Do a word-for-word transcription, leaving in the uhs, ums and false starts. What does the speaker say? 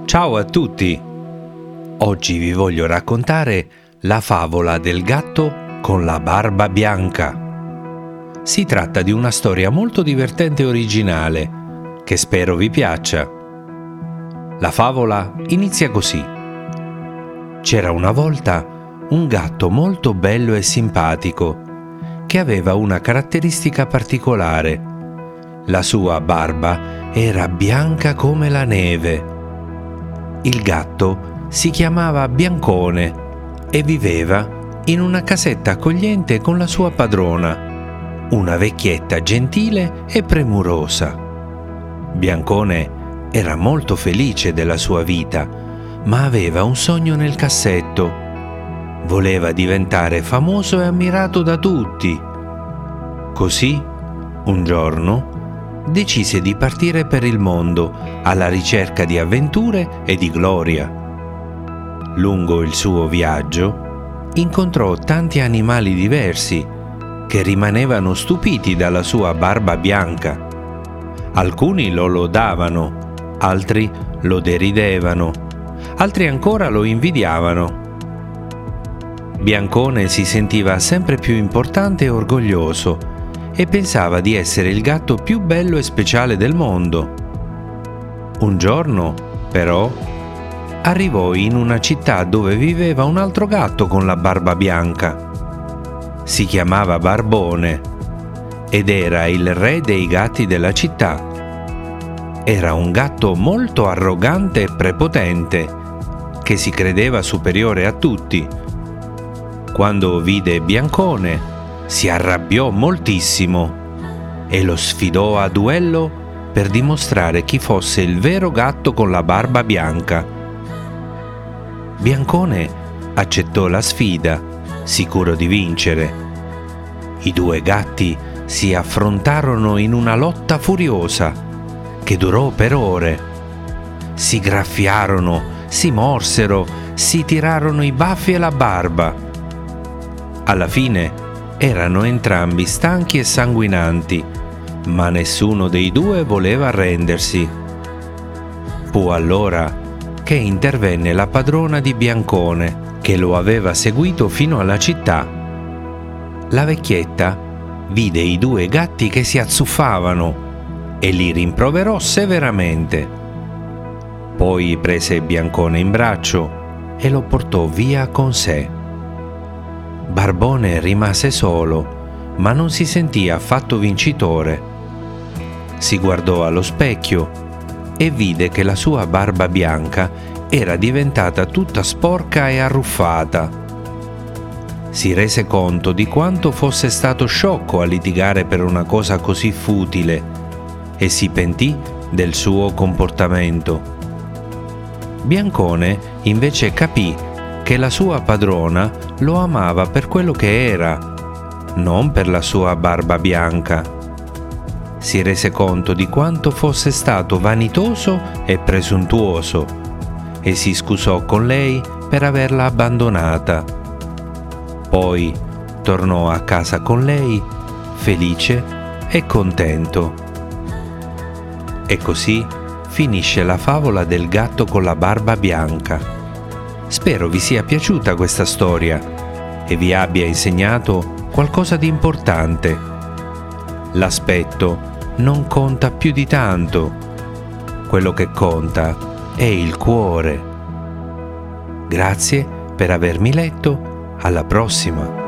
Ciao a tutti! Oggi vi voglio raccontare la favola del gatto con la barba bianca. Si tratta di una storia molto divertente e originale, che spero vi piaccia. La favola inizia così. C'era una volta un gatto molto bello e simpatico, che aveva una caratteristica particolare. La sua barba era bianca come la neve. Il gatto si chiamava Biancone e viveva in una casetta accogliente con la sua padrona, una vecchietta gentile e premurosa. Biancone era molto felice della sua vita, ma aveva un sogno nel cassetto. Voleva diventare famoso e ammirato da tutti. Così, un giorno, decise di partire per il mondo alla ricerca di avventure e di gloria. Lungo il suo viaggio incontrò tanti animali diversi che rimanevano stupiti dalla sua barba bianca. Alcuni lo lodavano, altri lo deridevano, altri ancora lo invidiavano. Biancone si sentiva sempre più importante e orgoglioso e pensava di essere il gatto più bello e speciale del mondo. Un giorno, però, arrivò in una città dove viveva un altro gatto con la barba bianca. Si chiamava Barbone ed era il re dei gatti della città. Era un gatto molto arrogante e prepotente, che si credeva superiore a tutti. Quando vide Biancone, si arrabbiò moltissimo e lo sfidò a duello per dimostrare chi fosse il vero gatto con la barba bianca. Biancone accettò la sfida, sicuro di vincere. I due gatti si affrontarono in una lotta furiosa che durò per ore. Si graffiarono, si morsero, si tirarono i baffi e la barba. Alla fine erano entrambi stanchi e sanguinanti, ma nessuno dei due voleva arrendersi. Fu allora che intervenne la padrona di Biancone, che lo aveva seguito fino alla città. La vecchietta vide i due gatti che si azzuffavano e li rimproverò severamente. Poi prese Biancone in braccio e lo portò via con sé. Barbone rimase solo, ma non si sentì affatto vincitore. Si guardò allo specchio e vide che la sua barba bianca era diventata tutta sporca e arruffata. Si rese conto di quanto fosse stato sciocco a litigare per una cosa così futile e si pentì del suo comportamento. Biancone invece capì che la sua padrona lo amava per quello che era, non per la sua barba bianca. Si rese conto di quanto fosse stato vanitoso e presuntuoso e si scusò con lei per averla abbandonata. Poi tornò a casa con lei, felice e contento. E così finisce la favola del gatto con la barba bianca. Spero vi sia piaciuta questa storia e vi abbia insegnato qualcosa di importante. L'aspetto non conta più di tanto. Quello che conta è il cuore. Grazie per avermi letto. Alla prossima!